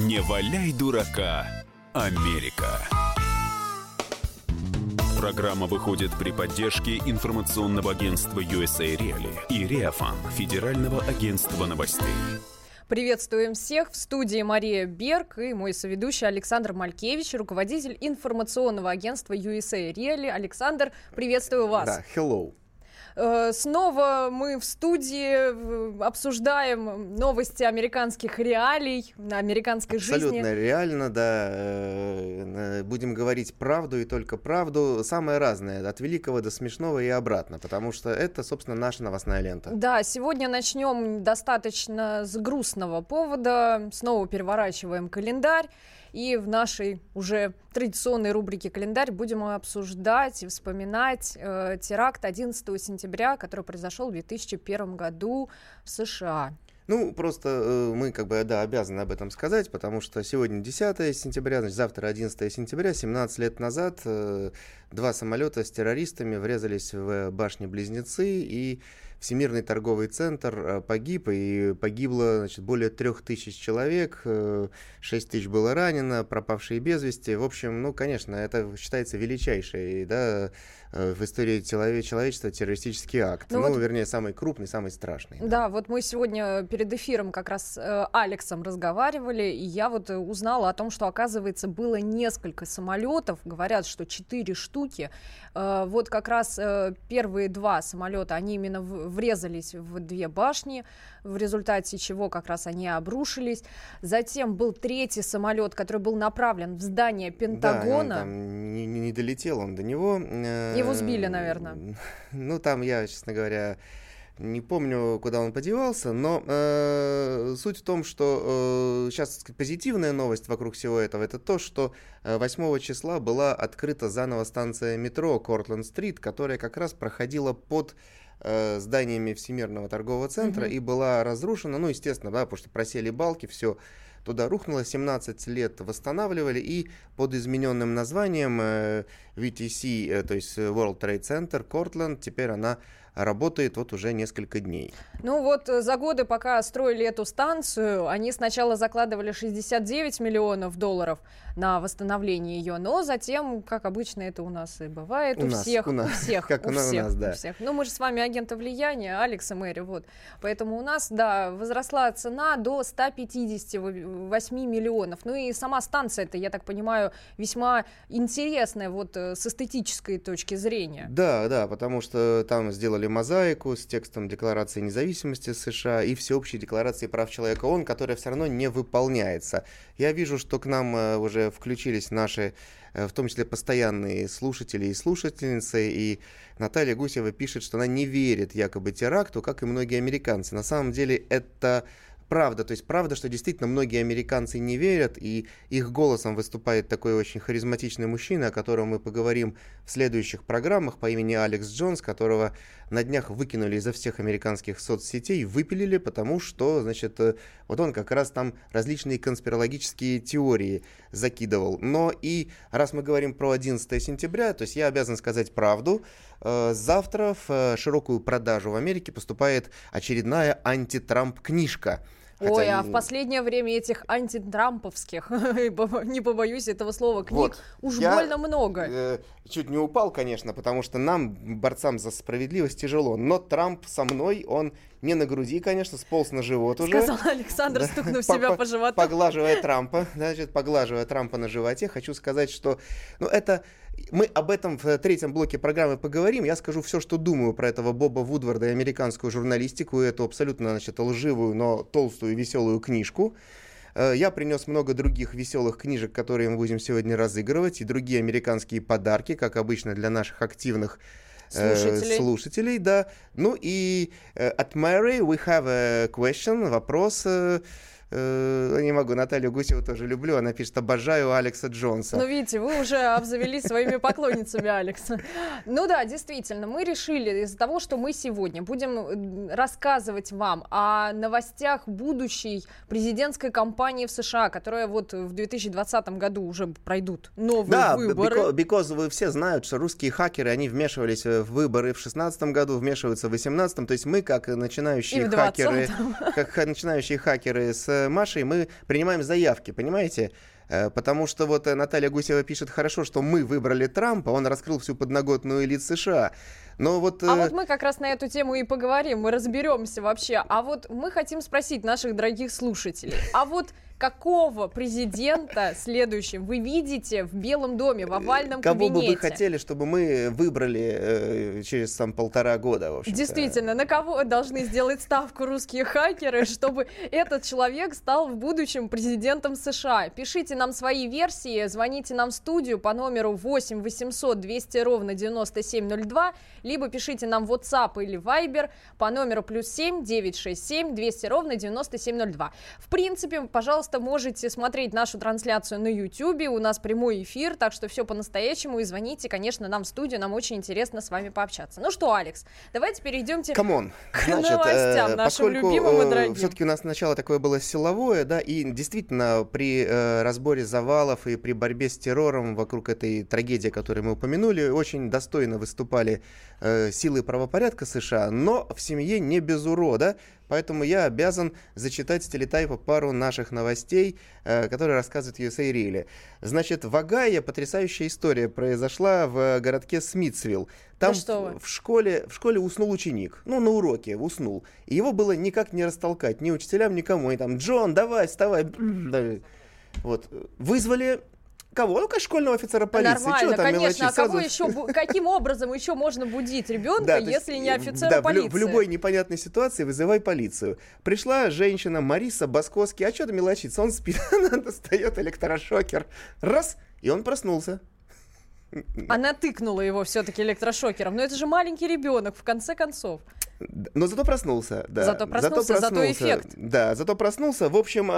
Не валяй дурака, Америка. Программа выходит при поддержке информационного агентства USA Reali и Реафан, Федерального агентства новостей. Приветствуем всех. В студии Мария Берг и мой соведущий Александр Малькевич, руководитель информационного агентства USA Reali. Александр, приветствую вас. Да, hello. Снова мы в студии обсуждаем новости американских реалий, американской жизни. Абсолютно реально, да. Будем говорить правду и только правду. Самое разное, от великого до смешного и обратно, потому что это, собственно, наша новостная лента. Да, сегодня начнем достаточно с грустного повода. Снова переворачиваем календарь. И в нашей уже традиционной рубрике «Календарь» будем обсуждать и вспоминать теракт 11 сентября, который произошел в 2001 году в США. Ну, просто мы обязаны об этом сказать, потому что сегодня 10 сентября, значит, завтра 11 сентября, 17 лет назад два самолета с террористами врезались в башни-близнецы, и Всемирный торговый центр погиб, и погибло, значит, более 3000 человек, 6 тысяч было ранено, пропавшие без вести. В общем, ну, конечно, это считается величайший, да, в истории человечества террористический акт. Вернее, самый крупный, самый страшный. Да, вот мы сегодня перед эфиром как раз с Алексом разговаривали, и я вот узнала о том, что, оказывается, было несколько самолетов, говорят, что 4 штуки. Вот как раз первые два самолета, они именно врезались в две башни, в результате чего как раз они обрушились. Затем был третий самолет, который был направлен в здание Пентагона. Да, там не долетел он до него. Его сбили, наверное. Ну, там я, честно говоря, не помню, куда он подевался, но суть в том, что сейчас, так сказать, позитивная новость вокруг всего этого, это то, что 8 числа была открыта заново станция метро Кортленд-стрит, которая как раз проходила под зданиями Всемирного торгового центра и была разрушена, ну, естественно, да, потому что просели балки, все туда рухнуло, 17 лет восстанавливали, и под измененным названием VTC, то есть World Trade Center, Кортленд, теперь она работает вот уже несколько дней. Ну вот за годы, пока строили эту станцию, они сначала закладывали $69 миллионов на восстановление ее, но затем, как обычно это у нас и бывает, у всех. Ну мы же с вами агенты влияния, Алекс и Мэри, вот. Поэтому у нас, да, возросла цена до 158 миллионов. Ну и сама станция-то, я так понимаю, весьма интересная вот с эстетической точки зрения. Да, потому что там сделали мозаику с текстом Декларации независимости США и Всеобщей декларации прав человека ООН, которая все равно не выполняется. Я вижу, что к нам уже включились наши, в том числе, постоянные слушатели и слушательницы, и Наталья Гусева пишет, что она не верит якобы теракту, как и многие американцы. На самом деле это правда, то есть правда, что действительно многие американцы не верят, и их голосом выступает такой очень харизматичный мужчина, о котором мы поговорим в следующих программах, по имени Алекс Джонс, которого на днях выкинули изо всех американских соцсетей, выпилили, потому что, значит, вот он как раз там различные конспирологические теории закидывал. Но и раз мы говорим про 11 сентября, то есть я обязан сказать правду. Завтра в широкую продажу в Америке поступает очередная антитрамп-книжка. А в последнее время этих антитрамповских, не побоюсь этого слова, книг больно много. Чуть не упал, конечно, потому что нам, борцам за справедливость, тяжело. Но Трамп со мной, он не на груди, конечно, сполз на живот уже. Сказал Александр, стукнув себя по животу. Поглаживая Трампа на животе, хочу сказать, что мы об этом в третьем блоке программы поговорим. Я скажу все, что думаю про этого Боба Вудварда и американскую журналистику, и эту абсолютно, значит, лживую, но толстую и веселую книжку. Я принес много других веселых книжек, которые мы будем сегодня разыгрывать, и другие американские подарки, как обычно, для наших активных слушателей, да. Ну и от Mary we have a question, вопрос. Не могу, Наталью Гусеву тоже люблю, она пишет: обожаю Алекса Джонса. Ну, видите, вы уже обзавелись своими поклонницами Алекса. Ну да, действительно, мы решили из-за того, что мы сегодня будем рассказывать вам о новостях будущей президентской кампании в США, которая вот в 2020 году уже пройдут новые выборы. Да, because все знают, что русские хакеры, они вмешивались в выборы в 2016 году, вмешиваются в 2018, то есть мы, как начинающие хакеры с Машей мы принимаем заявки, понимаете? Потому что вот Наталья Гусева пишет: хорошо, что мы выбрали Трампа, он раскрыл всю подноготную элит США. Но вот, А вот мы как раз на эту тему и поговорим, мы разберемся вообще. А вот мы хотим спросить наших дорогих слушателей, а вот какого президента следующим вы видите в Белом доме, в овальном кабинете? Кого бы вы хотели, чтобы мы выбрали через 1,5 года, в общем-то? Действительно, на кого должны сделать ставку русские хакеры, чтобы этот человек стал в будущем президентом США? Пишите нам свои версии, звоните нам в студию по номеру 8 800 200 ровно 9702, либо пишите нам в WhatsApp или Viber по номеру +7 967 200 ровно 9702. В принципе, пожалуйста, можете смотреть нашу трансляцию на YouTube, у нас прямой эфир, так что все по-настоящему, и звоните, конечно, нам в студию, нам очень интересно с вами пообщаться. Ну что, Алекс, давайте перейдемте к новостям нашим любимым и дорогим. Все-таки у нас начало такое было силовое, да, и действительно при разборе завалов и при борьбе с террором вокруг этой трагедии, которую мы упомянули, очень достойно выступали силы правопорядка США, но в семье не без урода. Поэтому я обязан зачитать с телетайпа пару наших новостей, которые рассказывает USA Really. Значит, в Огайо потрясающая история произошла в городке Смитсвилл. Там в школе уснул ученик. Ну, на уроке уснул. И его было никак не растолкать. Ни учителям, никому. И там: Джон, давай, вставай. Вот. Вызвали... Кого? Ну-ка, школьного офицера полиции. Нормально, конечно. А кого еще, каким образом еще можно будить ребенка, если не офицера полиции? В любой непонятной ситуации вызывай полицию. Пришла женщина Мариса Басковский. А что ты мелочиться? Он спит. Она достает электрошокер. Раз, и он проснулся. Она тыкнула его все-таки электрошокером. Но это же маленький ребенок, в конце концов. Но зато проснулся, да. Зато эффект. Да, зато проснулся. В общем,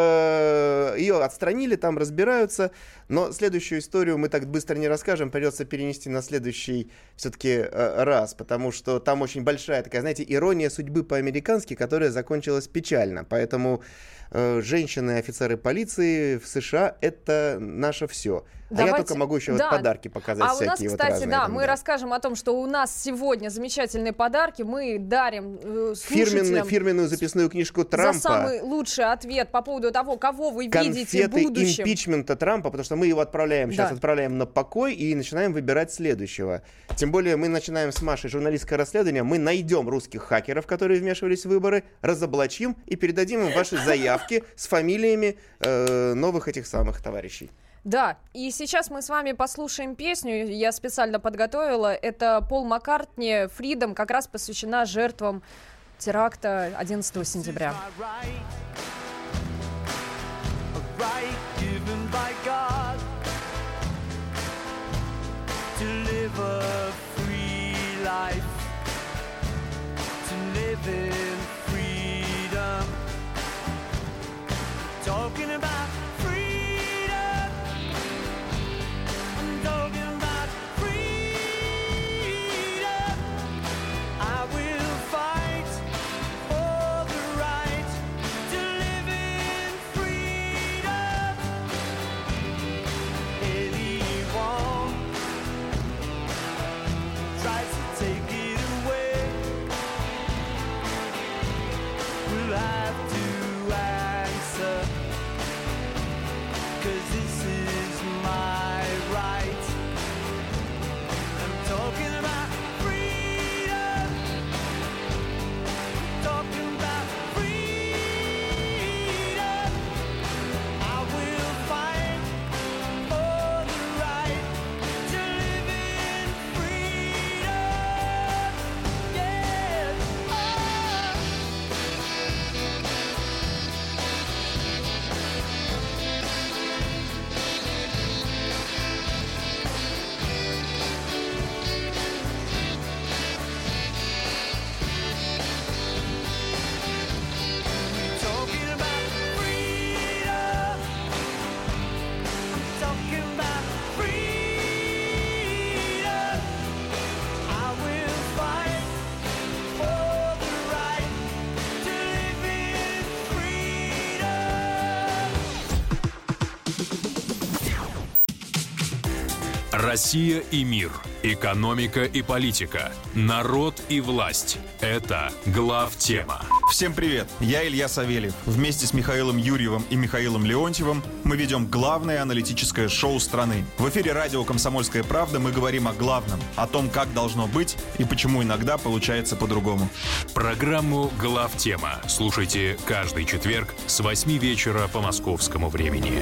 ее отстранили, там разбираются. Но следующую историю мы так быстро не расскажем. Придется перенести на следующий все-таки раз. Потому что там очень большая такая, знаете, ирония судьбы по-американски, которая закончилась печально. Поэтому женщины, офицеры полиции в США — это наше все. Давайте, я только могу еще подарки показать всякие. А у нас, кстати, мы расскажем о том, что у нас сегодня замечательные подарки. Мы дарим слушателям фирменную записную книжку Трампа. За самый лучший ответ по поводу того, кого вы видите в будущем. Конфеты импичмента Трампа, потому что мы его отправляем на покой и начинаем выбирать следующего. Тем более мы начинаем с Машей журналистское расследование. Мы найдем русских хакеров, которые вмешивались в выборы, разоблачим и передадим им ваши заявки с фамилиями новых этих самых товарищей. Да, и сейчас мы с вами послушаем песню, я специально подготовила. Это Пол Маккартни «Freedom», как раз посвящена жертвам теракта 11 сентября. Россия и мир. Экономика и политика. Народ и власть. Это главтема. Всем привет, я Илья Савельев. Вместе с Михаилом Юрьевым и Михаилом Леонтьевым мы ведем главное аналитическое шоу страны. В эфире радио «Комсомольская правда» мы говорим о главном, о том, как должно быть и почему иногда получается по-другому. Программу «Главтема» слушайте каждый четверг с 8 вечера по московскому времени.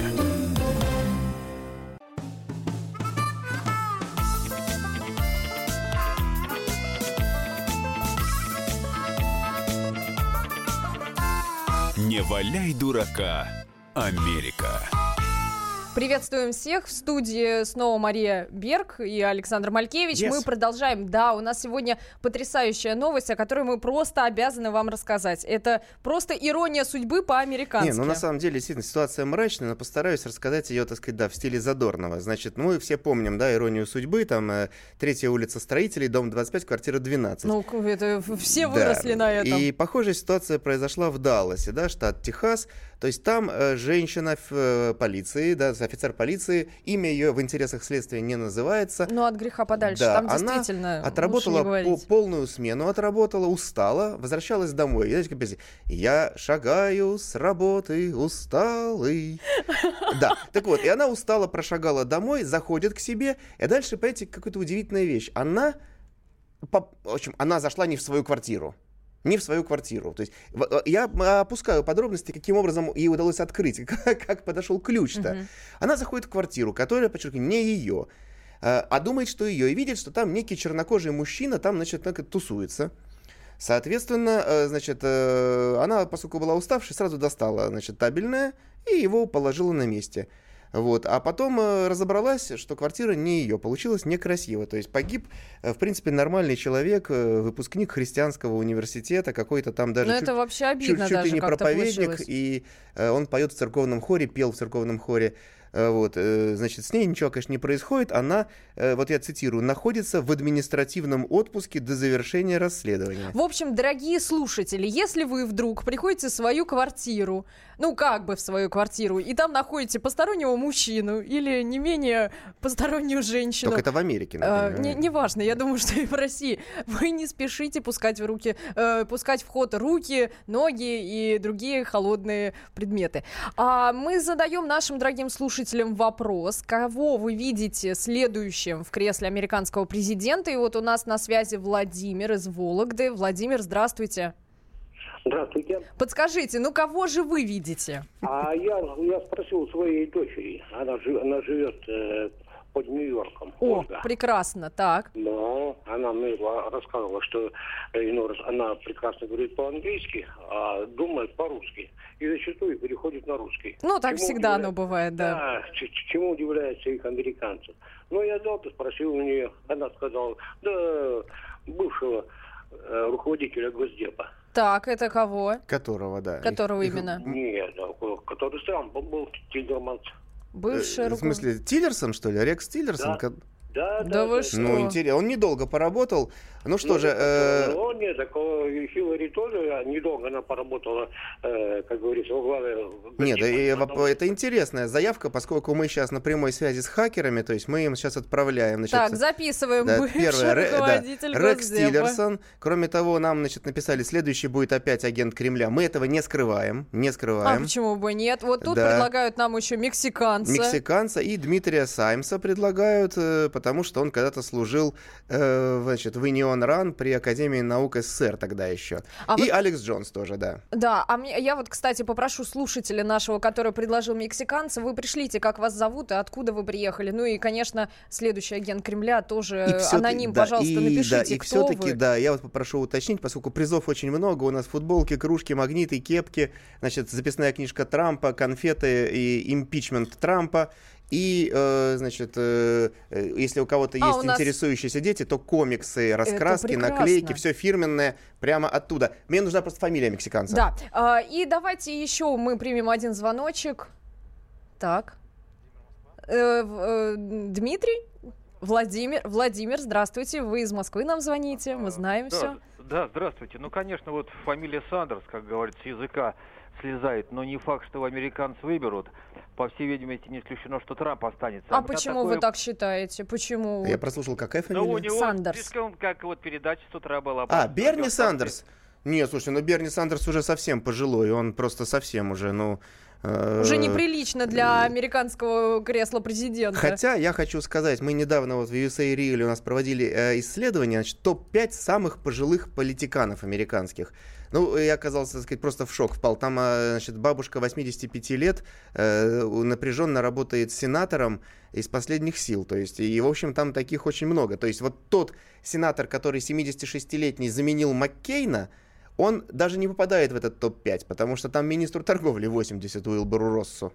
Не валяй дурака, Америка. Приветствуем всех. В студии снова Мария Берг и Александр Малькевич. Мы продолжаем. Да, у нас сегодня потрясающая новость, о которой мы просто обязаны вам рассказать. Это просто ирония судьбы по-американски. На самом деле, действительно, ситуация мрачная, но постараюсь рассказать ее, так сказать, в стиле Задорнова. Значит, мы все помним, иронию судьбы, там, 3-я улица Строителей, дом 25, квартира 12. Это все выросли на этом. И похожая ситуация произошла в Далласе, штат Техас. То есть там женщина в полиции, офицер полиции, имя ее в интересах следствия не называется. Но от греха подальше, там действительно она отработала полную смену, устала, возвращалась домой. И, знаете, я шагаю с работы усталый. Да, так вот, и она устала, прошагала домой, заходит к себе, и дальше, понимаете, какая-то удивительная вещь. Она зашла не в свою квартиру. Не в свою квартиру. То есть я опускаю подробности, каким образом ей удалось открыть, как подошел ключ-то. Она заходит в квартиру, которая, подчеркиваю, не ее, а думает, что ее, и видит, что там некий чернокожий мужчина там, тусуется. Соответственно, она, поскольку была уставшей, сразу достала, табельное и его положила на месте. А потом разобралась, что квартира не ее, получилось некрасиво. То есть погиб, в принципе, нормальный человек, выпускник христианского университета, какой-то там даже это вообще обидно, чуть ли не проповедник, получилось. И он поет в церковном хоре, пел в церковном хоре. С ней ничего, конечно, не происходит. Она, я цитирую, находится в административном отпуске до завершения расследования. В общем, дорогие слушатели, если вы вдруг приходите в свою квартиру, в свою квартиру, и там находите постороннего мужчину или не менее постороннюю женщину. Только это в Америке, например. Неважно, я думаю, что и в России. Вы не спешите пускать в ход руки, ноги и другие холодные предметы. Мы задаем нашим дорогим слушателям вопрос, кого вы видите следующим в кресле американского президента. И у нас на связи Владимир из Вологды. Владимир, здравствуйте. Здравствуйте. Подскажите, кого же вы видите? Я спросил у своей дочери. Она живет под Нью-Йорком. О, Ольга. прекрасно, так. Но она мне рассказывала, что она прекрасно говорит по-английски, а думает по-русски. И зачастую переходит на русский. Так всегда оно бывает, да. Да, чему удивляются их американцы. Я спросил у нее, она сказала, бывшего руководителя Госдепа. Так, это кого? Которого, да. Которого именно? Нет, который с Трампом был, Тильдерманс. Бывший В смысле, Тиллерсон, что ли? Рекс Тиллерсон? Да вы что? Интересно. Он недолго поработал. Нет, Хиллари тоже недолго она поработала, как говорится, во главе... Нет, это интересная заявка, поскольку мы сейчас на прямой связи с хакерами, то есть мы им сейчас отправляем... записываем. Бывший руководитель Госдепа. Рекс Тиллерсон. Кроме того, нам, написали, следующий будет опять агент Кремля. Мы этого не скрываем. А почему бы нет? Тут предлагают нам еще мексиканца. И Дмитрия Саймса предлагают, потому что он когда-то служил в Union Ран при Академии наук СССР тогда еще. Алекс Джонс тоже, да. Да, я кстати, попрошу слушателя нашего, который предложил мексиканца, вы пришлите, как вас зовут и откуда вы приехали. И, конечно, следующий агент Кремля тоже аноним, пожалуйста, напишите, кто вы. Я попрошу уточнить, поскольку призов очень много. У нас футболки, кружки, магниты, кепки, записная книжка Трампа, конфеты и импичмент Трампа. И, если у кого-то есть интересующиеся дети, то комиксы, раскраски, наклейки, все фирменное прямо оттуда. Мне нужна просто фамилия мексиканца. Да. И давайте еще мы примем один звоночек. Так. Дмитрий? Владимир, здравствуйте. Вы из Москвы нам звоните, мы знаем все. Да, здравствуйте. Ну, конечно, вот фамилия Сандерс, как говорится, с языка слезает, но не факт, что американцы выберут. По всей видимости, не исключено, что Трамп останется. А почему вы так считаете? Почему? Я прослушал, какая фамилия? Ну, у него Сандерс. Как вот передача с утра была. Берни Сандерс? Нет, слушай, Берни Сандерс уже совсем пожилой, он просто совсем уже, уже неприлично для американского кресла президента. Хотя я хочу сказать, мы недавно вот в USA Real у нас проводили исследование, значит, топ-5 самых пожилых политиканов американских. Я оказался, так сказать, просто в шок впал. Там, значит, бабушка 85 лет напряженно работает сенатором из последних сил. То есть, и, в общем, там таких очень много. То есть, вот тот сенатор, который 76-летний заменил Маккейна, он даже не попадает в этот топ-5, потому что там министру торговли 80 Уилбуру Россу.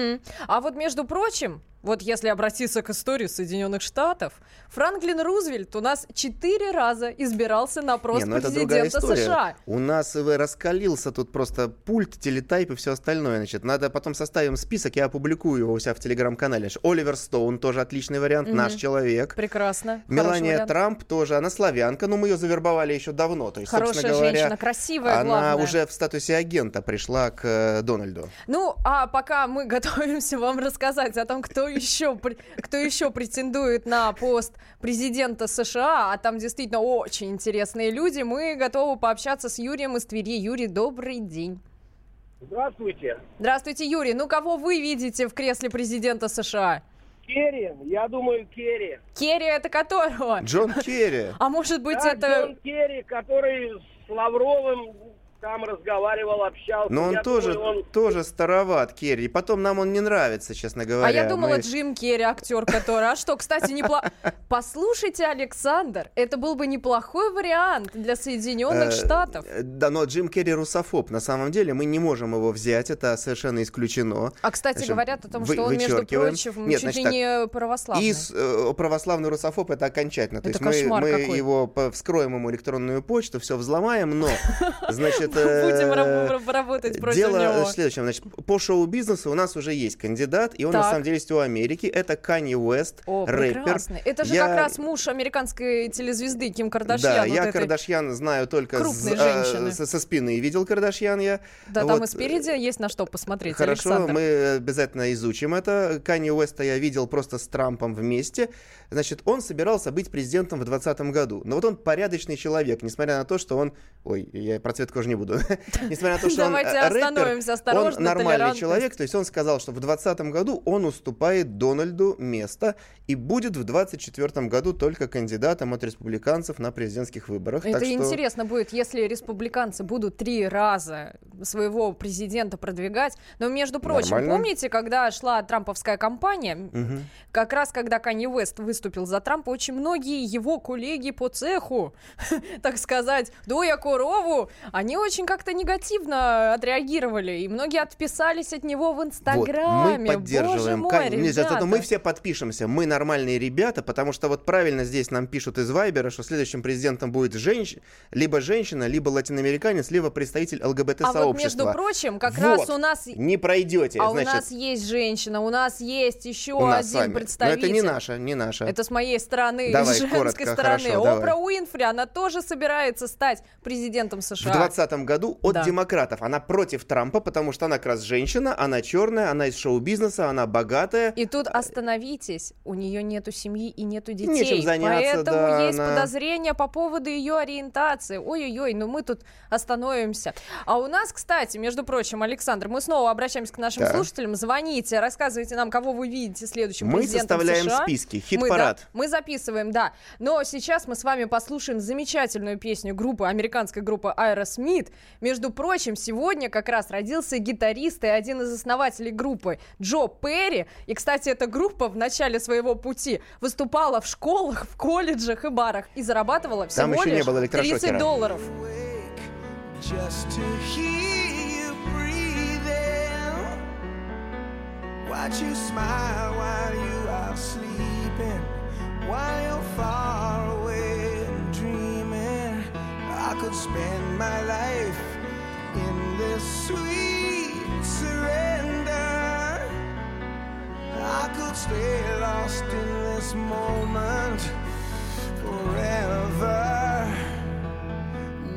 А вот, между прочим, вот если обратиться к истории Соединенных Штатов, Франклин Рузвельт у нас 4 раза избирался на пост президента США. У нас раскалился тут просто пульт, телетайп и все остальное. Значит, надо потом составим список, я опубликую его у себя в телеграм-канале. Оливер Стоун тоже отличный вариант, наш человек. Прекрасно. Мелания Трамп тоже, она славянка, но мы ее завербовали еще давно. То есть, хорошая женщина, красивая, главное. Она уже в статусе агента пришла к Дональду. А пока мы готовимся вам рассказать о том, кто еще претендует на пост президента США, а там действительно очень интересные люди, мы готовы пообщаться с Юрием из Твери. Юрий, добрый день. Здравствуйте. Здравствуйте, Юрий. Кого вы видите в кресле президента США? Керри, я думаю, Керри. Керри это которого? Джон Керри. А может быть это... Джон Керри, который с Лавровым там разговаривал, общался. Но он тоже староват, Керри. И потом нам он не нравится, честно говоря. А я думала, Джим Керри, актер, который... А что, кстати, неплохо... Послушайте, Александр, это был бы неплохой вариант для Соединенных Штатов. Да, но Джим Керри русофоб. На самом деле мы не можем его взять, это совершенно исключено. А, кстати, говорят о том, что он, между прочим, чуть ли не православный. И православный русофоб это окончательно. Это то есть мы его вскроем ему электронную почту, все взломаем, но, значит... Будем работать против него. Дело в следующем. Значит, по шоу-бизнесу у нас уже есть кандидат, и он на самом деле есть у Америки. Это Канье Уэст, рэпер. Прекрасно. Это же как раз муж американской телезвезды Ким Кардашьян. Да, я Кардашьян знаю только со спины. Видел Кардашьян я. Да, там и спереди есть на что посмотреть. Хорошо, Александр. мы обязательно изучим это. Канье Уэста я видел просто с Трампом вместе. Значит, он собирался быть президентом в 2020 году. Но вот он порядочный человек, несмотря на то, что он... Ой, я про цвет кожи не буду. Несмотря на то, что он рэпер, он нормальный человек. То есть он сказал, что в 2020 году он уступает Дональду место и будет в 2024 году только кандидатом от республиканцев на президентских выборах. Это интересно будет, если республиканцы будут 3 раза своего президента продвигать. Но, между прочим, помните, когда шла трамповская кампания, как раз когда Канье Уэст выступил за Трампа, очень многие его коллеги по цеху, так сказать, дуя корову, они очень как-то негативно отреагировали, и многие отписались от него в Инстаграме. Вот, мы поддерживаем. Боже мой, ребята. Мы все подпишемся, мы нормальные ребята, потому что вот правильно здесь нам пишут из Вайбера, что следующим президентом будет либо женщина, либо латиноамериканец, либо представитель ЛГБТ-сообщества. А вот, между прочим, как раз у нас... Не пройдете. У нас есть женщина, у нас есть еще один представитель. Но это не наша. Это с моей стороны, давай, с женской коротко, стороны. Хорошо, Опра Уинфри, она тоже собирается стать президентом США. В 2020 году от демократов. Она против Трампа, потому что она как раз женщина, она черная, она из шоу-бизнеса, она богатая. И тут остановитесь, у нее нету семьи и нету детей. Нечем заняться, поэтому есть подозрения по поводу ее ориентации. Ой-ой-ой, мы тут остановимся. А у нас, кстати, между прочим, Александр, мы снова обращаемся к нашим слушателям. Звоните, рассказывайте нам, кого вы видите следующим президентом США. Мы составляем списки, хит-парад. Мы записываем, да. Но сейчас мы с вами послушаем замечательную песню американской группы Aerosmith. Между прочим, сегодня как раз родился гитарист и один из основателей группы Джо Перри. И, кстати, эта группа в начале своего пути выступала в школах, в колледжах и барах и зарабатывала всего лишь $30. Watch you smile while you are sleeping, while you're far away and dreaming. I could spend my life in this sweet surrender. I could stay lost in this moment forever.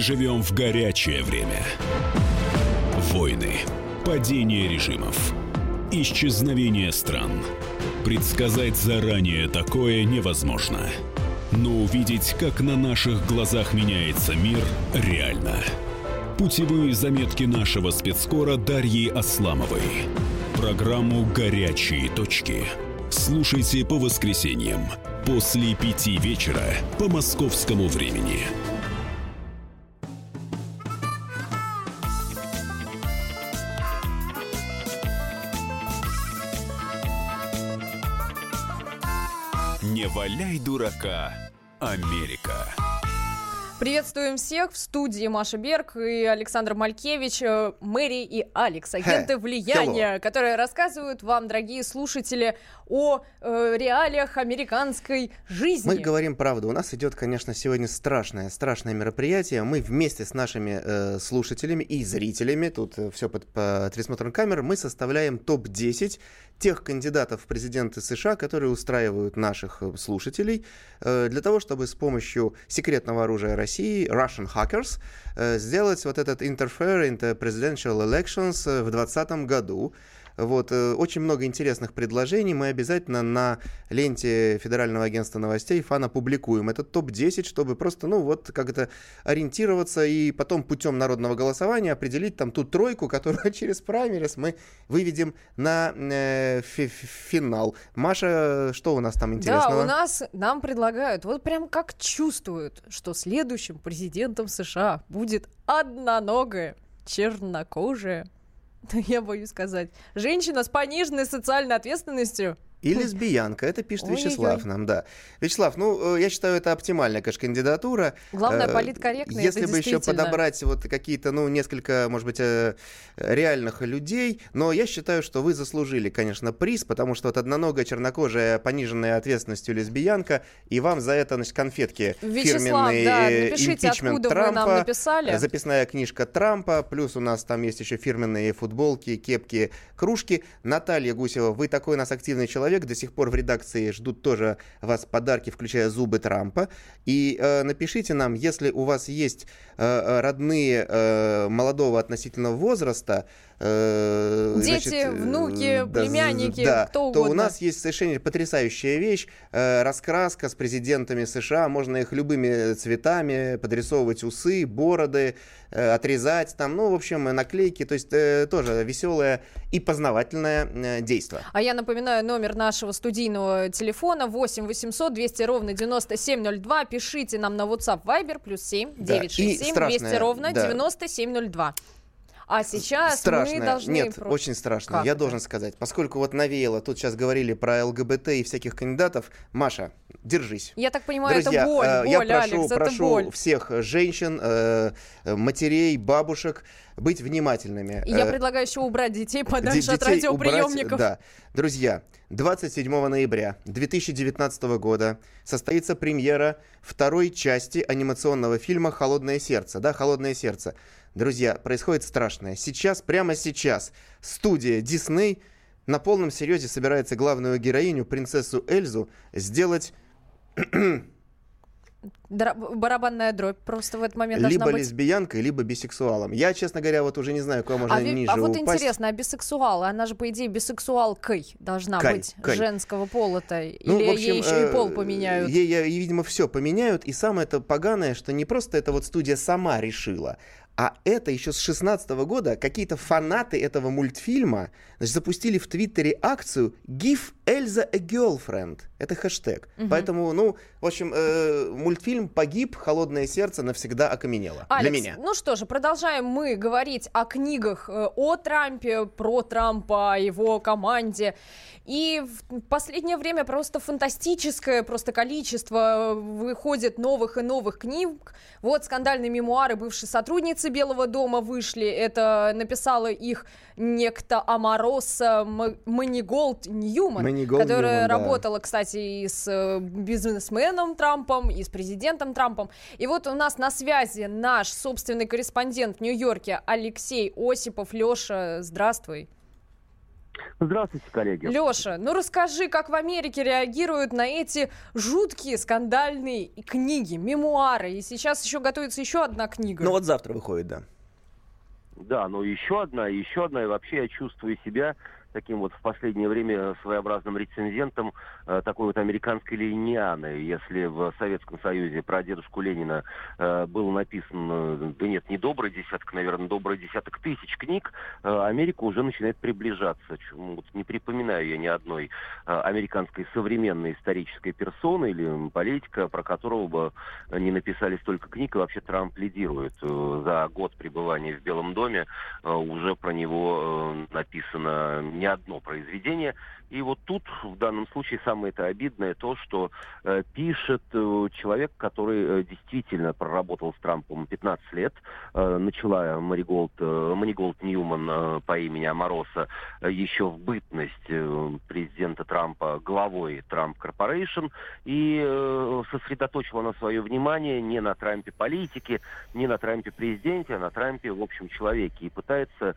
живем в горячее время. Войны, падение режимов, исчезновение стран. Предсказать заранее такое невозможно. Но увидеть, как на наших глазах меняется мир, реально. Путевые заметки нашего спецкора Дарьи Асламовой. Программу «Горячие точки». Слушайте по воскресеньям после 5 вечера по московскому времени. Не валяй дурака, Америка. Приветствуем всех в студии Маша Берг и Александр Малькевич, Мэри и Алекс, агенты влияния, которые рассказывают вам, дорогие слушатели, о реалиях американской жизни. Мы говорим правду. У нас идет, конечно, сегодня страшное мероприятие. Мы вместе с нашими слушателями и зрителями, тут все под присмотром камер, мы составляем топ-10 тех кандидатов в президенты США, которые устраивают наших слушателей, для того, чтобы с помощью секретного оружия России, Russian Hackers, сделать вот этот interfere into presidential elections в 2020 году. Вот, очень много интересных предложений. Мы обязательно на ленте Федерального агентства новостей ФАН опубликуем этот топ-10, чтобы просто, как-то ориентироваться и потом путем народного голосования определить там ту тройку, которую через праймерис мы выведем на финал. Маша, что у нас там интересного? Да, нам предлагают, вот прям как чувствуют, что следующим президентом США будет одноногая, чернокожая, я боюсь сказать, женщина с пониженной социальной ответственностью. И лесбиянка, это пишет Вячеслав нам, да. Вячеслав, я считаю, это оптимальная, конечно, кандидатура. Главное, политкорректная, если бы еще подобрать вот какие-то, несколько, может быть, реальных людей, но я считаю, что вы заслужили, конечно, приз, потому что вот одноногая, чернокожая, пониженная ответственностью лесбиянка, и вам за это, значит, конфетки Вячеслав, фирменные, напишите, импичмент откуда Трампа, вы нам написали. Записная книжка Трампа, плюс у нас там есть еще фирменные футболки, кепки, кружки. Наталья Гусева, вы такой у нас активный человек, до сих пор в редакции ждут тоже вас подарки, включая зубы Трампа. И напишите нам, если у вас есть родные молодого относительного возраста, дети, внуки, племянники, кто угодно, то у нас есть совершенно потрясающая вещь. Раскраска с президентами США. Можно их любыми цветами подрисовывать, усы, бороды, отрезать там, в общем, наклейки. То есть тоже веселое и познавательное действие. А я напоминаю номер нашего студийного телефона 8 800 200 ровно 9702. Пишите нам на WhatsApp Viber +7 967 200 ровно 9702. А сейчас мы должны... Нет, очень страшно, я должен сказать. Поскольку вот навеяло, тут сейчас говорили про ЛГБТ и всяких кандидатов. Маша, держись. Я так понимаю, друзья, это боль, я Алекс, прошу всех женщин, матерей, бабушек быть внимательными. Я предлагаю еще убрать детей подальше от радиоприемников. Да. Друзья, 27 ноября 2019 года состоится премьера второй части анимационного фильма «Холодное сердце». Да, «Холодное сердце». Друзья, происходит страшное. Прямо сейчас, студия Disney на полном серьезе собирается главную героиню, принцессу Эльзу, сделать... Барабанная дробь просто в этот момент должна либо быть. Лесбиянкой, либо бисексуалом. Я, честно говоря, вот уже не знаю, куда можно ниже упасть. А вот интересно, а бисексуал, она же, по идее, бисексуалкой должна быть женского пола-то? Или ей еще и пол поменяют? Ей, видимо, все поменяют. И самое-то поганое, что не просто эта вот студия сама решила, а это еще с 2016 года какие-то фанаты этого мультфильма, значит, запустили в Твиттере акцию «Give Elsa a girlfriend». Это хэштег. Поэтому, в общем, мультфильм погиб, «Холодное сердце» навсегда окаменело. Алекс, для меня. Ну что же, продолжаем мы говорить о книгах о Трампе, про Трампа, о его команде. И в последнее время просто фантастическое количество выходит новых и новых книг. Вот скандальные мемуары бывшей сотрудницы Белого дома вышли. Это написала их некто Амароса Маниголд Ньюман, которая работала, кстати, и с бизнесменом Трампом, и с президентом Трампом. И вот у нас на связи наш собственный корреспондент в Нью-Йорке Алексей Осипов. Леша, здравствуй. Здравствуйте, коллеги. Леша, ну расскажи, как в Америке реагируют на эти жуткие скандальные книги, мемуары. И сейчас еще готовится еще одна книга. Ну вот завтра выходит, да. Да, но еще одна, и вообще я чувствую себя таким вот в последнее время своеобразным рецензентом такой вот американской ленианы. Если в Советском Союзе про дедушку Ленина было написано, да нет, не добрый десяток, наверное, добрый десяток тысяч книг, Америка уже начинает приближаться. Вот не припоминаю я ни одной американской современной исторической персоны или политика, про которого бы не написали столько книг, и вообще Трамп лидирует. За год пребывания в Белом доме уже про него написано не одно произведение. И вот тут, в данном случае, самое-то обидное то, что пишет человек, который действительно проработал с Трампом 15 лет. Начала Маниголд Ньюман по имени Амароса еще в бытность президента Трампа главой Трамп Корпорейшн. И сосредоточила она свое внимание не на Трампе политике, не на Трампе президенте, а на Трампе, в общем, человеке. И пытается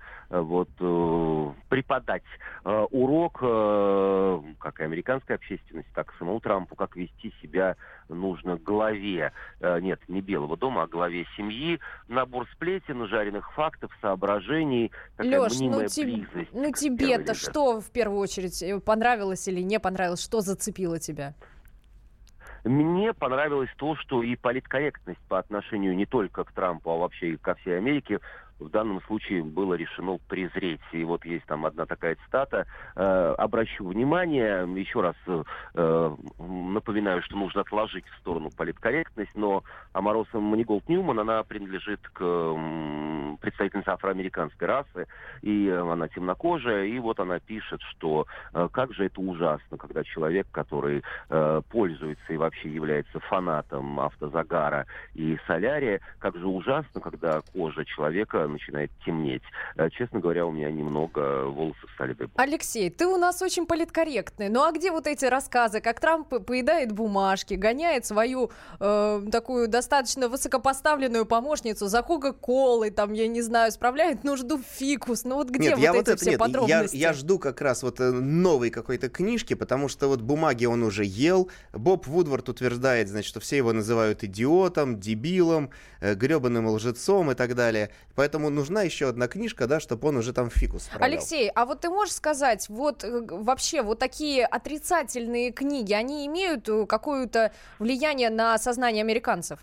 преподать урок как и американской общественности, так и самому Трампу, как вести себя нужно главе, нет, не Белого дома, а главе семьи. Набор сплетен, жареных фактов, соображений, такая Лёш, мнимая близость. Ну тебе-то что в первую очередь понравилось или не понравилось? Что зацепило тебя? Мне понравилось то, что и политкорректность по отношению не только к Трампу, а вообще и ко всей Америке в данном случае было решено презреть. И вот есть там одна такая цитата. Обращу внимание, еще раз напоминаю, что нужно отложить в сторону политкорректность, но Амароса Маниголд Ньюман, она принадлежит к представительнице афроамериканской расы, и она темнокожая, и вот она пишет, что как же это ужасно, когда человек, который пользуется и вообще является фанатом автозагара и солярия, как же ужасно, когда кожа человека начинает темнеть. Честно говоря, у меня немного волосы стали дыбом. Алексей, ты у нас очень политкорректный. Ну а где вот эти рассказы, как Трамп поедает бумажки, гоняет свою такую достаточно высокопоставленную помощницу за Кока-Колой, там, я не знаю, справляет нужду в фикус. Ну вот где все подробности? Я жду как раз вот новой какой-то книжки, потому что вот бумаги он уже ел. Боб Вудвард утверждает, значит, что все его называют идиотом, дебилом, гребаным лжецом и так далее. Поэтому нужна еще одна книжка, да, чтобы он уже там фикус справлял. Алексей, а вот ты можешь сказать, вот вообще вот такие отрицательные книги, они имеют какое-то влияние на сознание американцев?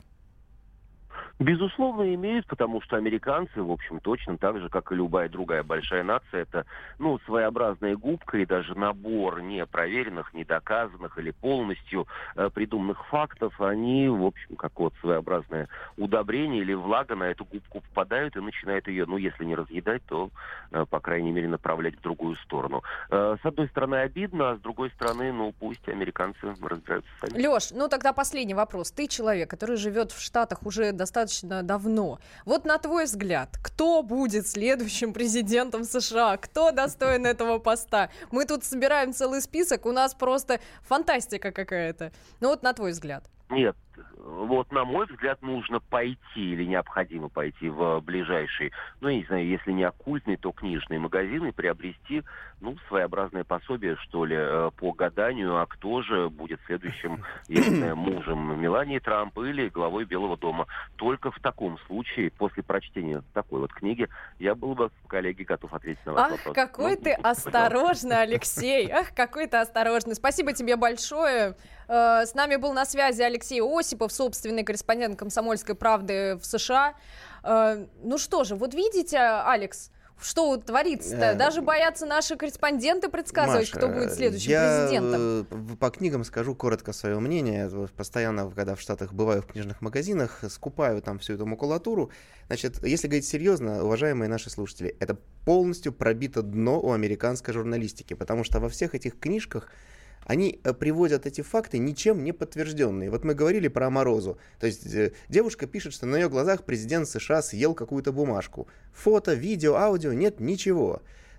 Безусловно, имеют, потому что американцы, в общем, точно так же, как и любая другая большая нация, это, своеобразная губка и даже набор непроверенных, недоказанных или полностью придуманных фактов. Они, в общем, как вот своеобразное удобрение или влага на эту губку попадают и начинают ее, если не разъедать, то, по крайней мере, направлять в другую сторону. С одной стороны, обидно, а с другой стороны, пусть американцы разбираются сами. Лёш, тогда последний вопрос. Ты человек, который живет в Штатах уже достаточно давно. Вот на твой взгляд, кто будет следующим президентом США? Кто достоин этого поста? Мы тут собираем целый список, у нас просто фантастика какая-то. Вот на твой взгляд. Нет. Вот, на мой взгляд, нужно пойти или необходимо пойти в ближайший, я не знаю, если не оккультный, то книжный магазин и приобрести, своеобразное пособие, что ли, по гаданию, а кто же будет следующим, я не знаю, мужем Мелании Трамп или главой Белого дома. Только в таком случае, после прочтения такой вот книги, я был бы, коллеги, готов ответить на ваш вопрос. Ах, какой ты осторожный, Алексей! Ах, какой ты осторожный! Спасибо тебе большое! С нами был на связи Алексей Осипов, собственный корреспондент «Комсомольской правды» в США. Ну что же, вот видите, Алекс, что творится-то? Даже боятся наши корреспонденты предсказывать, Маша, кто будет следующим президентом. Я по книгам скажу коротко свое мнение. Постоянно, когда в Штатах бываю в книжных магазинах, скупаю там всю эту макулатуру. Значит, если говорить серьезно, уважаемые наши слушатели, это полностью пробито дно у американской журналистики, потому что во всех этих книжках они приводят эти факты ничем не подтвержденные. Вот мы говорили про Амарозу. То есть девушка пишет, что на ее глазах президент США съел какую-то бумажку. Фото, видео, аудио, нет ничего.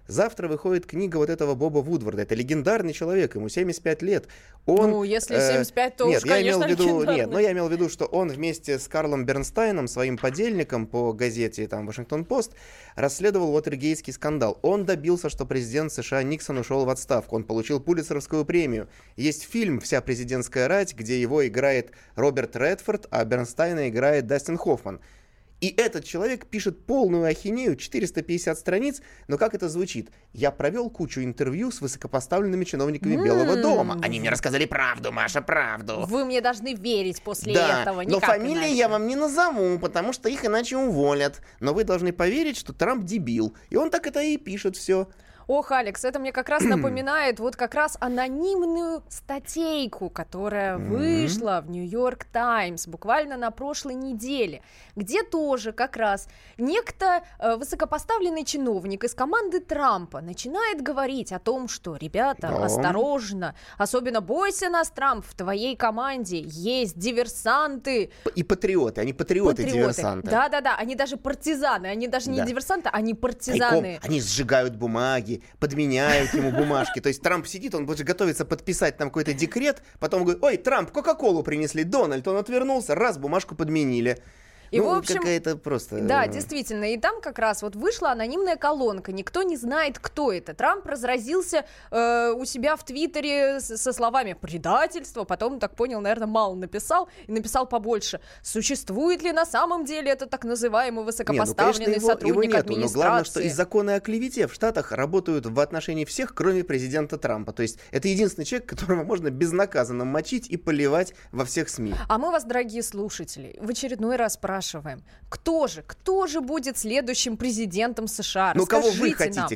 Завтра выходит книга вот этого Боба Вудварда. Это легендарный человек, ему 75 лет. Он, если 75, то нет, уж, конечно, легендарный. Нет, но я имел в виду, что он вместе с Карлом Бернстайном, своим подельником по газете там, «Вашингтон-Пост», расследовал Уотергейтский скандал. Он добился, что президент США Никсон ушел в отставку. Он получил Пулитцеровскую премию. Есть фильм «Вся президентская рать», где его играет Роберт Редфорд, а Бернстайна играет Дастин Хоффман. И этот человек пишет полную ахинею, 450 страниц, но как это звучит? Я провел кучу интервью с высокопоставленными чиновниками Белого дома. Они мне рассказали правду, Маша, правду. Вы мне должны верить после этого. Но фамилии иначе я вам не назову, потому что их иначе уволят. Но вы должны поверить, что Трамп дебил. И он так это и пишет все. Ох, Алекс, это мне как раз напоминает вот как раз анонимную статейку, которая вышла в Нью-Йорк Таймс буквально на прошлой неделе, где тоже как раз некто высокопоставленный чиновник из команды Трампа начинает говорить о том, что, ребята, осторожно, особенно бойся нас, Трамп, в твоей команде есть диверсанты. И патриоты, они патриоты-диверсанты. Да-да-да, они даже партизаны, они даже не диверсанты, они партизаны. Они сжигают бумаги, подменяют ему бумажки. То есть Трамп сидит, он будет готовиться подписать там какой-то декрет, потом говорит: ой, Трамп, Кока-Колу принесли, Дональд, он отвернулся, раз, бумажку подменили. И, в общем, какая-то просто... Да, действительно, и там как раз вот вышла анонимная колонка, никто не знает, кто это. Трамп разразился у себя в Твиттере со словами «предательство», потом, так понял, наверное, мало написал, и написал побольше. Существует ли на самом деле этот так называемый высокопоставленный сотрудник его администрации? Но главное, что и законы о клевете в Штатах работают в отношении всех, кроме президента Трампа. То есть это единственный человек, которого можно безнаказанно мочить и поливать во всех СМИ. А мы вас, дорогие слушатели, в очередной раз спрашиваем, кто же будет следующим президентом США? Ну, кого вы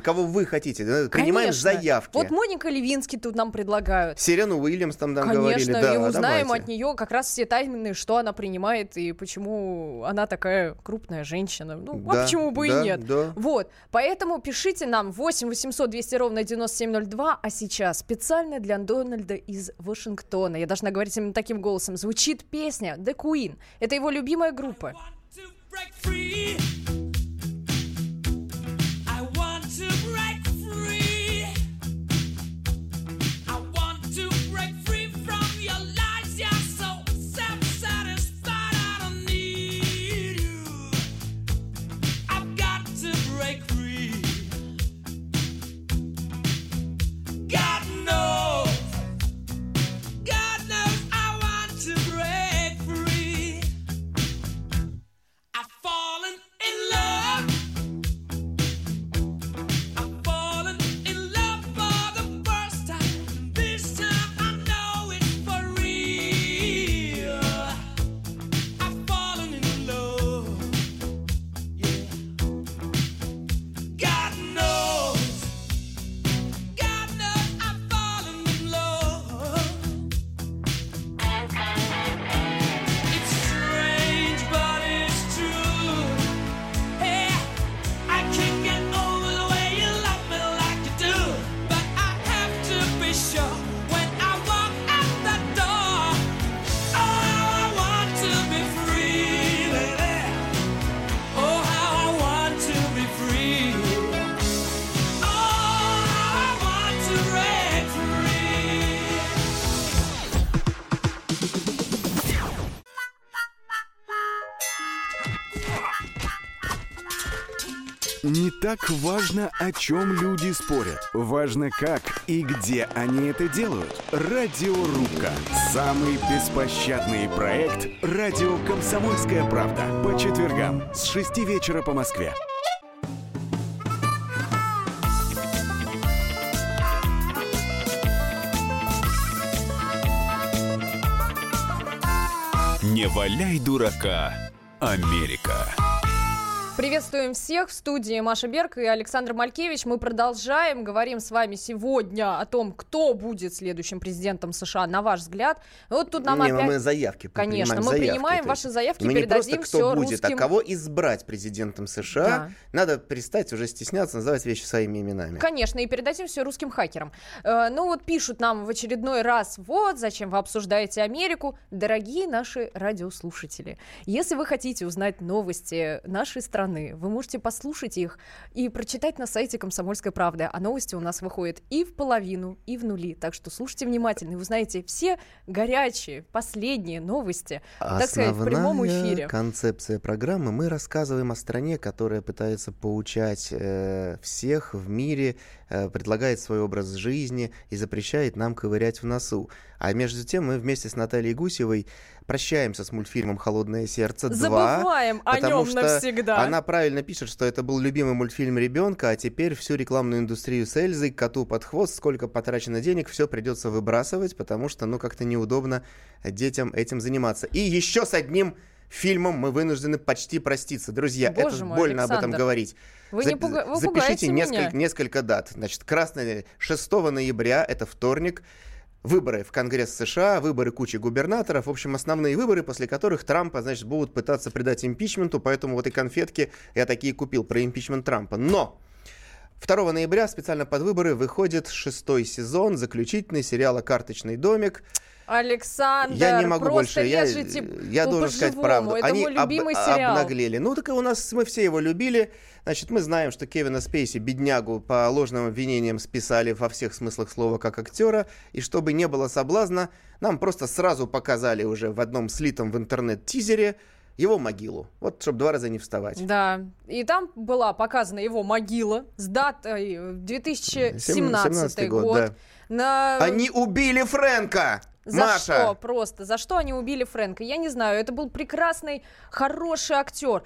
хотите? Принимаем заявки. Вот Моника Левинский тут нам предлагают. Сирену Уильямс там говорили. Конечно, и узнаем от нее как раз все тайны, что она принимает и почему она такая крупная женщина. Ну, а почему бы и нет? Да. Вот, поэтому пишите нам 8 800 200 ровно 9702, а сейчас специально для Дональда из Вашингтона. Я должна говорить именно таким голосом. Звучит песня The Queen. Это его любимая группа. Break free. I want to break free. I want to break free from your lies. You're so self-satisfied. I don't need you. I've got to break free. God knows I want to break free. Fallen in love. I'm falling in love for the first time. This time I know it's for real. I'm falling in love. Yeah. God knows I'm falling in love. It's strange, but it's true. I can't get over the way you love me like you do. But I have to be sure when I walk out the door. Oh, how I want to be free, baby. Oh, how I want to be free. Oh, how I want to break free. Не так важно, о чем люди спорят. Важно, как и где они это делают. Радиорубка. Самый беспощадный проект «Радио Комсомольская правда». По четвергам с 6 вечера по Москве. Не валяй дурака, Америка. Приветствуем всех в студии Маша Берг и Александр Малькевич. Мы продолжаем, говорим с вами сегодня о том, кто будет следующим президентом США, на ваш взгляд. Вот тут нам опять... Мы заявки Конечно, мы принимаем ваши заявки, мы передадим не все просто кто будет, русским... а кого избрать президентом США. Да. Надо перестать уже стесняться, называть вещи своими именами. Конечно, и передадим все русским хакерам. Ну вот пишут нам в очередной раз: вот, зачем вы обсуждаете Америку? Дорогие наши радиослушатели, если вы хотите узнать новости нашей страны, страны. Вы можете послушать их и прочитать на сайте «Комсомольской правды». А новости у нас выходят и в половину, и в нули. Так что слушайте внимательно, и узнаете все горячие, последние новости, так сказать, в прямом эфире. Концепция программы. Мы рассказываем о стране, которая пытается поучать всех в мире, предлагает свой образ жизни и запрещает нам ковырять в носу. А между тем мы вместе с Натальей Гусевой прощаемся с мультфильмом «Холодное сердце 2». Забываем о нем навсегда. Она правильно пишет, что это был любимый мультфильм ребенка, а теперь всю рекламную индустрию с Эльзой коту под хвост, сколько потрачено денег, все придется выбрасывать, потому что, как-то неудобно детям этим заниматься. И еще с одним фильмом мы вынуждены почти проститься. Друзья, Боже это мой, больно Александр, об этом говорить. Вы Запишите меня. несколько дат. Значит, 6 ноября, это вторник, выборы в Конгресс США, выборы кучи губернаторов. В общем, основные выборы, после которых Трампа, будут пытаться придать импичменту. Поэтому вот и конфетки я такие купил про импичмент Трампа. Но 2 ноября специально под выборы выходит 6-й сезон, заключительный сериала «Карточный домик». Александр, я не могу просто больше, я должен сказать правду. Это Они мой любимый сериал. обнаглели. Так и мы все его любили. Значит, мы знаем, что Кевина Спейси, беднягу, по ложным обвинениям списали во всех смыслах слова как актера. И чтобы не было соблазна, нам просто сразу показали уже в одном слитом в интернет-тизере его могилу. Вот, чтобы 2 раза не вставать. Да, и там была показана его могила с датой 2017 год. Да. Они убили Фрэнка! За Маша. что просто? За что они убили Фрэнка? Я не знаю. Это был прекрасный, хороший актер.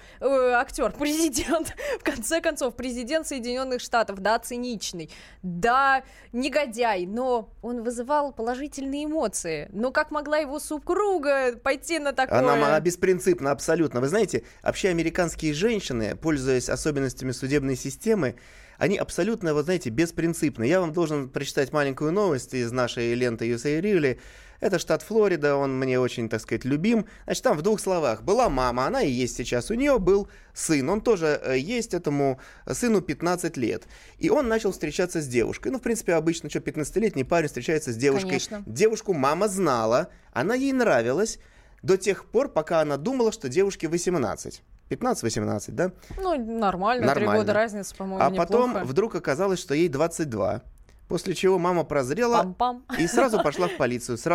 Президент. В конце концов, президент Соединенных Штатов. Да, циничный. Да, негодяй. Но он вызывал положительные эмоции. Но как могла его супруга пойти на такое? Она беспринципна абсолютно. Вы знаете, вообще американские женщины, пользуясь особенностями судебной системы, они абсолютно, беспринципны. Я вам должен прочитать маленькую новость из нашей ленты USA Really. Это штат Флорида, он мне очень, любим. Значит, там в 2 словах. Была мама, она и есть сейчас. У нее был сын, он тоже есть, этому сыну 15 лет. И он начал встречаться с девушкой. В принципе, обычно, 15-летний парень встречается с девушкой. Конечно. Девушку мама знала, она ей нравилась до тех пор, пока она думала, что девушке 18. 15-18, да? Нормально. 3 года разницы, по-моему, неплохо. А потом вдруг оказалось, что ей 22. После чего мама прозрела и сразу пошла в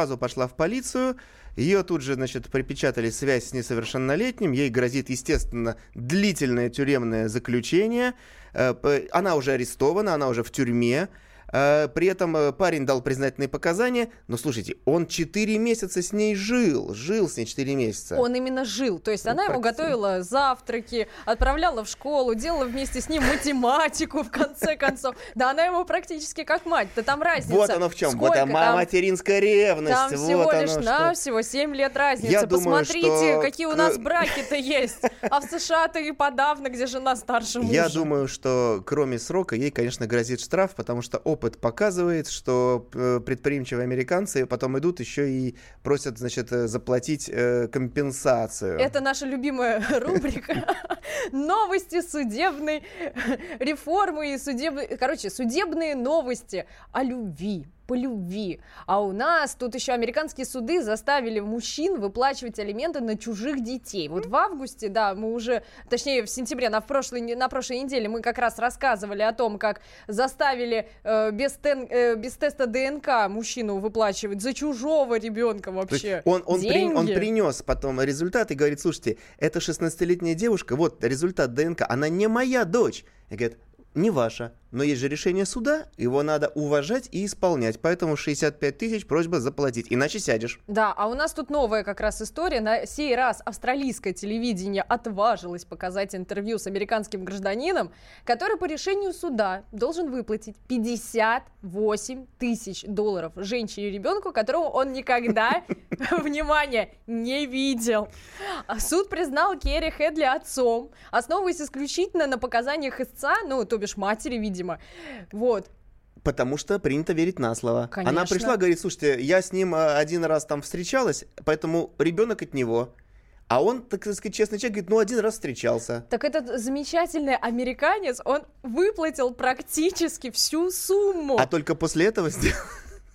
полицию. Ее тут же, припечатали связь с несовершеннолетним. Ей грозит, естественно, длительное тюремное заключение. Она уже арестована, она уже в тюрьме. При этом парень дал признательные показания. Но, слушайте, он 4 месяца с ней жил с ней 4 месяца. Он именно жил, то есть она ему готовила завтраки, отправляла в школу, делала вместе с ним математику, в конце концов. Да, она ему практически как мать, да там разница. Вот оно в чем, материнская ревность. Там всего лишь навсего 7 лет разницы. Посмотрите, какие у нас браки-то есть. А в США-то и подавно, где жена старше мужа. Я думаю, что кроме срока ей, конечно, грозит штраф, потому что опыт показывает, что предприимчивые американцы потом идут еще и просят, заплатить компенсацию. Это наша любимая рубрика. Новости судебной реформы и судебные новости о любви. По любви. А у нас тут еще американские суды заставили мужчин выплачивать алименты на чужих детей. Вот в августе, в сентябре, на прошлой неделе мы как раз рассказывали о том, как заставили без теста ДНК мужчину выплачивать за чужого ребенка вообще. Он принес потом результат и говорит: слушайте, эта 16-летняя девушка, вот результат ДНК, она не моя дочь. И говорит: не ваша, но есть же решение суда, его надо уважать и исполнять, поэтому 65 тысяч просьба заплатить, иначе сядешь. Да, а у нас тут новая как раз история. На сей раз австралийское телевидение отважилось показать интервью с американским гражданином, который по решению суда должен выплатить $58 тысяч женщине и ребенку, которого он никогда, внимание, не видел. Суд признал Керри Хедли отцом, основываясь исключительно на показаниях истца, то бишь матери, видимо. Вот. Потому что принято верить на слово. Конечно. Она пришла, говорит: слушайте, я с ним один раз там встречалась, поэтому ребенок от него. А он, так сказать, честный человек, говорит: один раз встречался. Так этот замечательный американец, он выплатил практически всю сумму. А только после этого сделал.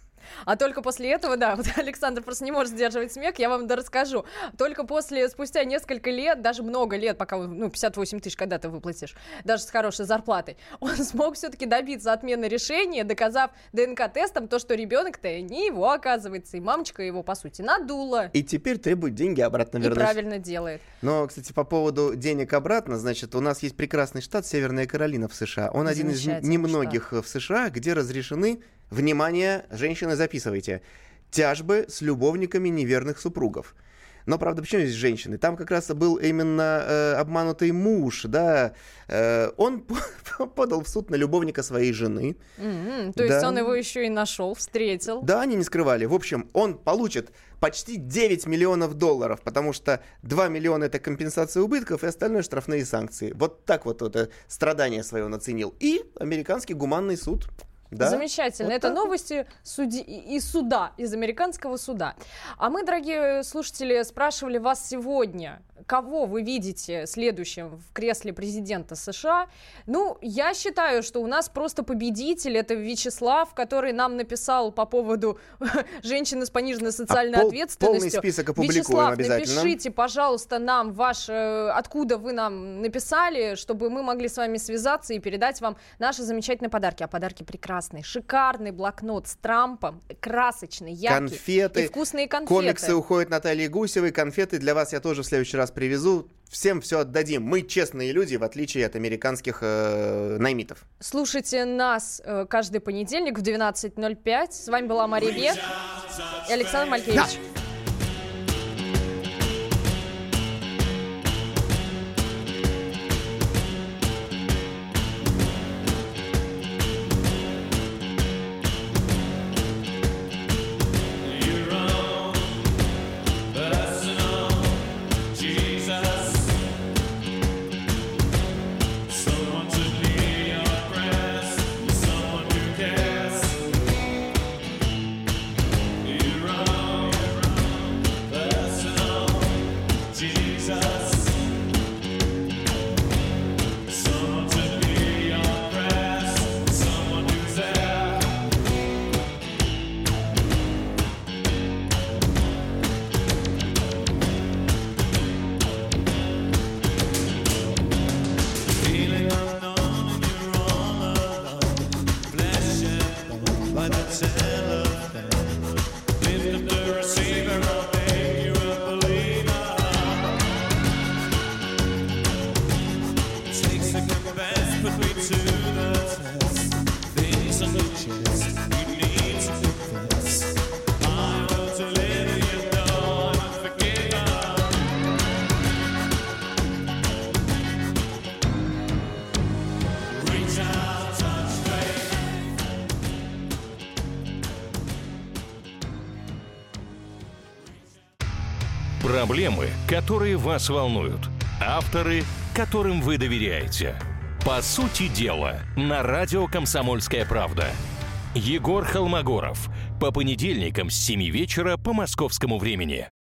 А только после этого, да, вот Александр просто не может сдерживать смех, я вам расскажу. Только спустя несколько лет, даже много лет, пока, 58 тысяч когда ты выплатишь, даже с хорошей зарплатой, он смог все-таки добиться отмены решения, доказав ДНК-тестом то, что ребенок-то не его, оказывается, и мамочка его, по сути, надула. И теперь требует деньги обратно вернуть. И правильно делает. Но, кстати, по поводу денег обратно, значит, у нас есть прекрасный штат Северная Каролина в США. Он один из немногих в США, где разрешены, внимание, женщины, записывайте, тяжбы с любовниками неверных супругов. Но, правда, почему здесь женщины? Там как раз был именно обманутый муж, да. Он подал в суд на любовника своей жены. То есть он его еще и нашел, встретил. Да, они не скрывали. В общем, он получит почти $9 миллионов, потому что 2 миллиона — это компенсация убытков, и остальное — штрафные санкции. Вот так вот страдания свои он оценил. И американский гуманный суд. Да? Замечательно. Вот это новости из американского суда. А мы, дорогие слушатели, спрашивали вас сегодня, кого вы видите следующим в кресле президента США. Я считаю, что у нас просто победитель. Это Вячеслав, который нам написал по поводу женщины с пониженной социальной ответственностью. Полный список опубликуем обязательно. Вячеслав, напишите, пожалуйста, нам откуда вы нам написали, чтобы мы могли с вами связаться и передать вам наши замечательные подарки. А подарки прекрасные. Шикарный блокнот с Трампом, красочный, яркий, конфеты, и вкусные конфеты. Комиксы уходят Натальи Гусевой, конфеты для вас я тоже в следующий раз привезу. Всем все отдадим. Мы честные люди, в отличие от американских наймитов. Слушайте нас каждый понедельник в 12:05. С вами была Мария Бе и Александр Малькевич. Да. Проблемы, которые вас волнуют. Авторы, которым вы доверяете. По сути дела, на радио «Комсомольская правда». Егор Холмогоров. По понедельникам с 7 вечера по московскому времени.